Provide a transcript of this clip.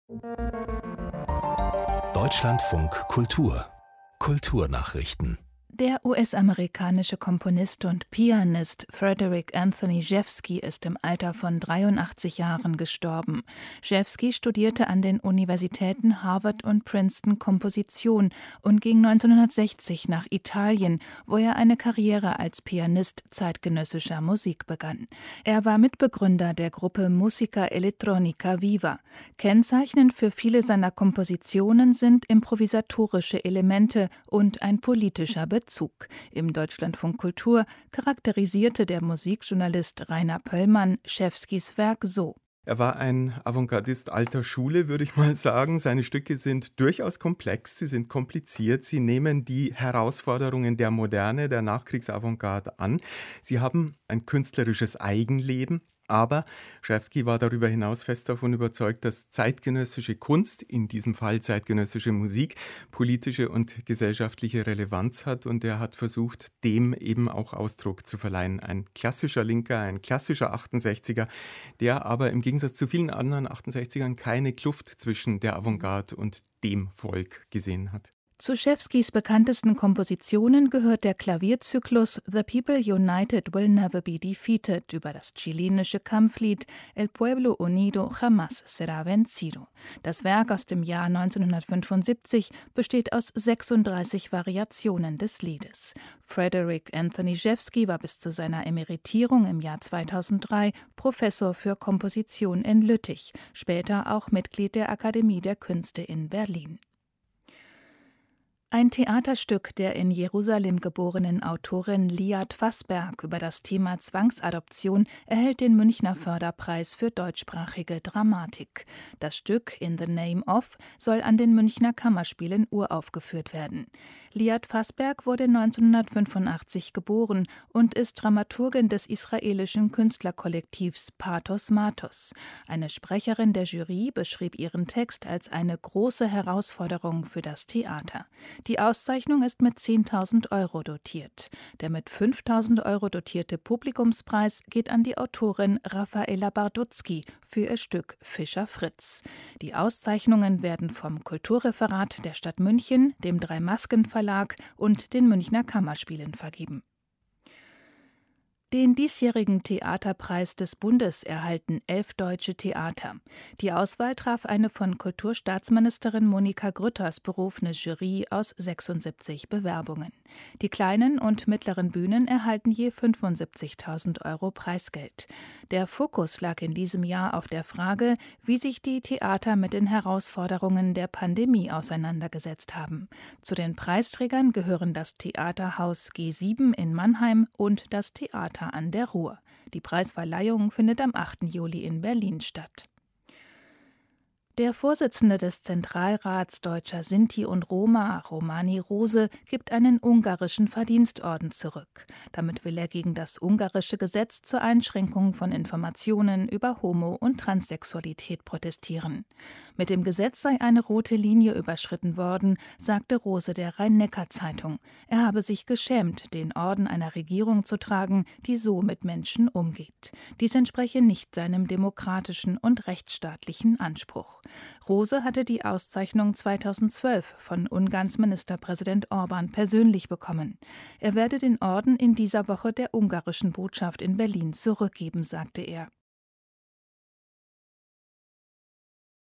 Deutschlandfunk Kultur Kulturnachrichten. Der US-amerikanische Komponist und Pianist Frederick Anthony Rzewski ist im Alter von 83 Jahren gestorben. Rzewski studierte an den Universitäten Harvard und Princeton Komposition und ging 1960 nach Italien, wo er eine Karriere als Pianist zeitgenössischer Musik begann. Er war Mitbegründer der Gruppe Musica Elettronica Viva. Kennzeichnend für viele seiner Kompositionen sind improvisatorische Elemente und ein politischer Bezug. Im Deutschlandfunk Kultur charakterisierte der Musikjournalist Rainer Pöllmann Rzewskis Werk so: Er war ein Avantgardist alter Schule, würde ich mal sagen. Seine Stücke sind durchaus komplex, sie sind kompliziert, sie nehmen die Herausforderungen der Moderne, der Nachkriegsavantgarde an. Sie haben ein künstlerisches Eigenleben. Aber Rzewski war darüber hinaus fest davon überzeugt, dass zeitgenössische Kunst, in diesem Fall zeitgenössische Musik, politische und gesellschaftliche Relevanz hat. Und er hat versucht, dem eben auch Ausdruck zu verleihen. Ein klassischer Linker, ein klassischer 68er, der aber im Gegensatz zu vielen anderen 68ern keine Kluft zwischen der Avantgarde und dem Volk gesehen hat. Zu Rzewskis bekanntesten Kompositionen gehört der Klavierzyklus The People United Will Never Be Defeated über das chilenische Kampflied El Pueblo Unido Jamás Será Vencido. Das Werk aus dem Jahr 1975 besteht aus 36 Variationen des Liedes. Frederick Anthony Rzewski war bis zu seiner Emeritierung im Jahr 2003 Professor für Komposition in Lüttich, später auch Mitglied der Akademie der Künste in Berlin. Ein Theaterstück der in Jerusalem geborenen Autorin Liat Fassberg über das Thema Zwangsadoption erhält den Münchner Förderpreis für deutschsprachige Dramatik. Das Stück In the Name of soll an den Münchner Kammerspielen uraufgeführt werden. Liat Fassberg wurde 1985 geboren und ist Dramaturgin des israelischen Künstlerkollektivs Pathos Mathos. Eine Sprecherin der Jury beschrieb ihren Text als eine große Herausforderung für das Theater. Die Auszeichnung ist mit 10.000 Euro dotiert. Der mit 5.000 Euro dotierte Publikumspreis geht an die Autorin Raffaela Barduzzi für ihr Stück Fischer Fritz. Die Auszeichnungen werden vom Kulturreferat der Stadt München, dem Drei-Masken-Verlag und den Münchner Kammerspielen vergeben. Den diesjährigen Theaterpreis des Bundes erhalten 11 deutsche Theater. Die Auswahl traf eine von Kulturstaatsministerin Monika Grütters berufene Jury aus 76 Bewerbungen. Die kleinen und mittleren Bühnen erhalten je 75.000 Euro Preisgeld. Der Fokus lag in diesem Jahr auf der Frage, wie sich die Theater mit den Herausforderungen der Pandemie auseinandergesetzt haben. Zu den Preisträgern gehören das Theaterhaus G7 in Mannheim und das Theater an der Ruhr. Die Preisverleihung findet am 8. Juli in Berlin statt. Der Vorsitzende des Zentralrats Deutscher Sinti und Roma, Romani Rose, gibt einen ungarischen Verdienstorden zurück. Damit will er gegen das ungarische Gesetz zur Einschränkung von Informationen über Homo- und Transsexualität protestieren. Mit dem Gesetz sei eine rote Linie überschritten worden, sagte Rose der Rhein-Neckar-Zeitung. Er habe sich geschämt, den Orden einer Regierung zu tragen, die so mit Menschen umgeht. Dies entspreche nicht seinem demokratischen und rechtsstaatlichen Anspruch. Rose hatte die Auszeichnung 2012 von Ungarns Ministerpräsident Orbán persönlich bekommen. Er werde den Orden in dieser Woche der ungarischen Botschaft in Berlin zurückgeben, sagte er.